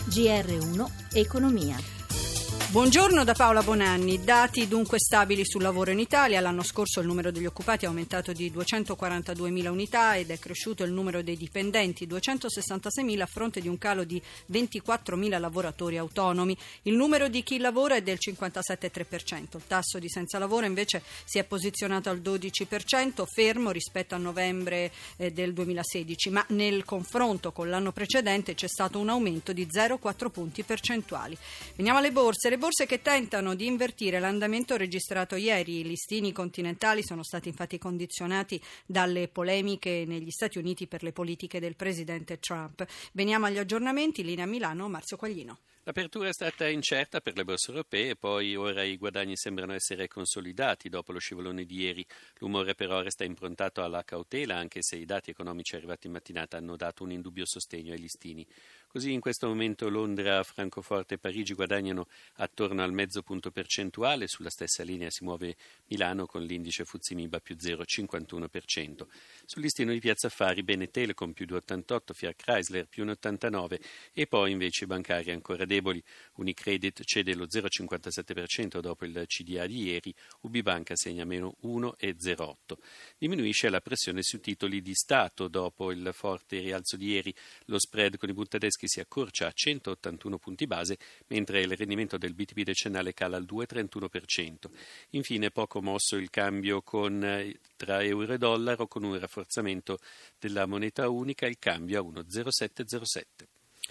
GR1 Economia. Buongiorno da Paola Bonanni. Dati dunque stabili sul lavoro in Italia. L'anno scorso il numero degli occupati è aumentato di 242.000 unità ed è cresciuto il numero dei dipendenti, 266.000 a fronte di un calo di 24.000 lavoratori autonomi. Il numero di chi lavora è del 57,3%. Il tasso di senza lavoro invece si è posizionato al 12%, fermo rispetto a novembre del 2016, ma nel confronto con l'anno precedente c'è stato un aumento di 0,4 punti percentuali. Veniamo alle borse. Le borse che tentano di invertire l'andamento registrato ieri. I listini continentali sono stati infatti condizionati dalle polemiche negli Stati Uniti per le politiche del presidente Trump. Veniamo agli aggiornamenti. Linea Milano, Marzio Quaglino. L'apertura è stata incerta per le borse europee, poi ora i guadagni sembrano essere consolidati dopo lo scivolone di ieri. L'umore però resta improntato alla cautela, anche se i dati economici arrivati in mattinata hanno dato un indubbio sostegno ai listini. Così in questo momento Londra, Francoforte e Parigi guadagnano attorno al mezzo punto percentuale, sulla stessa linea si muove Milano con l'indice FTSE MIB più 0,51%. Sul listino di Piazza Affari bene Telecom più 2,88, Fiat Chrysler più 1,89 e poi invece i bancari ancora deboli. Unicredit cede lo 0,57% dopo il CDA di ieri, UbiBanca segna meno 1,08. Diminuisce la pressione sui titoli di Stato dopo il forte rialzo di ieri. Lo spread con i Bund tedeschi si accorcia a 181 punti base, mentre il rendimento del BTP decennale cala al 2,31%. Infine poco mosso il cambio tra euro e dollaro, con un rafforzamento della moneta unica, il cambio a 1,0707.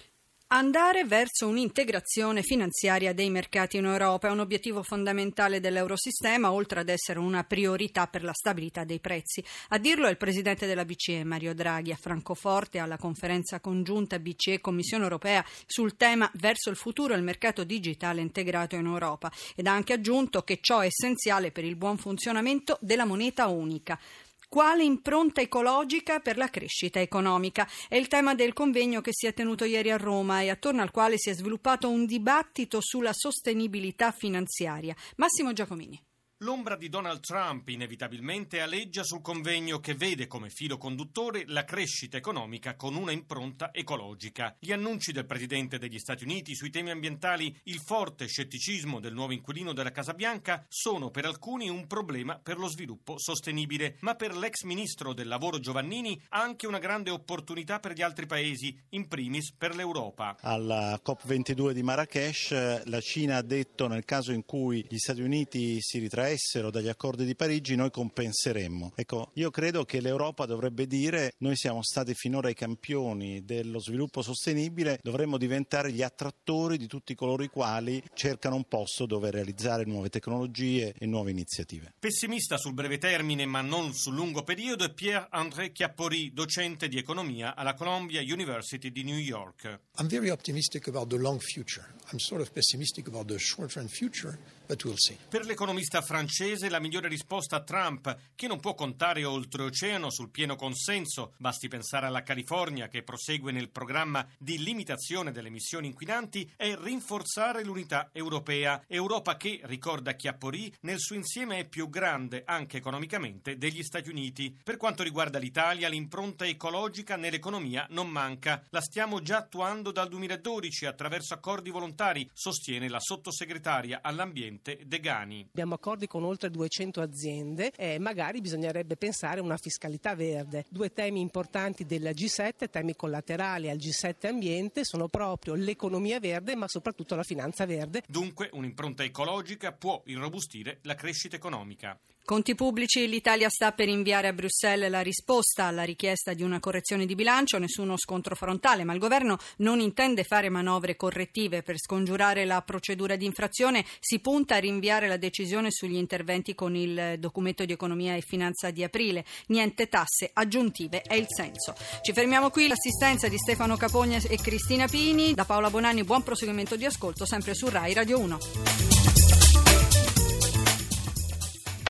Andare verso un'integrazione finanziaria dei mercati in Europa è un obiettivo fondamentale dell'Eurosistema, oltre ad essere una priorità per la stabilità dei prezzi. A dirlo è il presidente della BCE, Mario Draghi, a Francoforte alla conferenza congiunta BCE-Commissione Europea sul tema verso il futuro e il mercato digitale integrato in Europa, ed ha anche aggiunto che ciò è essenziale per il buon funzionamento della moneta unica. Quale impronta ecologica per la crescita economica? È il tema del convegno che si è tenuto ieri a Roma e attorno al quale si è sviluppato un dibattito sulla sostenibilità finanziaria. Massimo Giacomini. L'ombra di Donald Trump inevitabilmente aleggia sul convegno che vede come filo conduttore la crescita economica con una impronta ecologica. Gli annunci del presidente degli Stati Uniti sui temi ambientali, il forte scetticismo del nuovo inquilino della Casa Bianca sono per alcuni un problema per lo sviluppo sostenibile, ma per l'ex ministro del lavoro Giovannini anche una grande opportunità per gli altri paesi, in primis per l'Europa. Alla COP22 di Marrakech la Cina ha detto: nel caso in cui gli Stati Uniti si ritraessero dagli accordi di Parigi, noi compenseremmo. Ecco, io credo che l'Europa dovrebbe dire: noi siamo stati finora i campioni dello sviluppo sostenibile, dovremmo diventare gli attrattori di tutti coloro i quali cercano un posto dove realizzare nuove tecnologie e nuove iniziative. Pessimista sul breve termine ma non sul lungo periodo è Pierre-André Chiappori, docente di economia alla Columbia University di New York. I'm very optimistic about the long future. I'm sort of pessimistic about the short-term future, but we'll see. Per l'economista francese la migliore risposta a Trump, che non può contare oltreoceano sul pieno consenso, basti pensare alla California che prosegue nel programma di limitazione delle emissioni inquinanti, è rinforzare l'unità europea. Europa che, ricorda Chiappori, nel suo insieme è più grande anche economicamente degli Stati Uniti. Per quanto riguarda l'Italia, l'impronta ecologica nell'economia non manca. La stiamo già attuando dal 2012 attraverso accordi volontari, sostiene la sottosegretaria all'ambiente Degani. Abbiamo accordi con oltre 200 aziende e magari bisognerebbe pensare a una fiscalità verde. Due temi importanti della G7, temi collaterali al G7 ambiente, sono proprio l'economia verde ma soprattutto la finanza verde. Dunque un'impronta ecologica può irrobustire la crescita economica. Conti pubblici, l'Italia sta per inviare a Bruxelles la risposta alla richiesta di una correzione di bilancio, nessuno scontro frontale, ma il governo non intende fare manovre correttive. Per scongiurare la procedura di infrazione si punta a rinviare la decisione sugli interventi con il documento di economia e finanza di aprile. Niente tasse aggiuntive è il senso. Ci fermiamo qui, l'assistenza di Stefano Capogna e Cristina Pini. Da Paola Bonanni buon proseguimento di ascolto sempre su Rai Radio 1.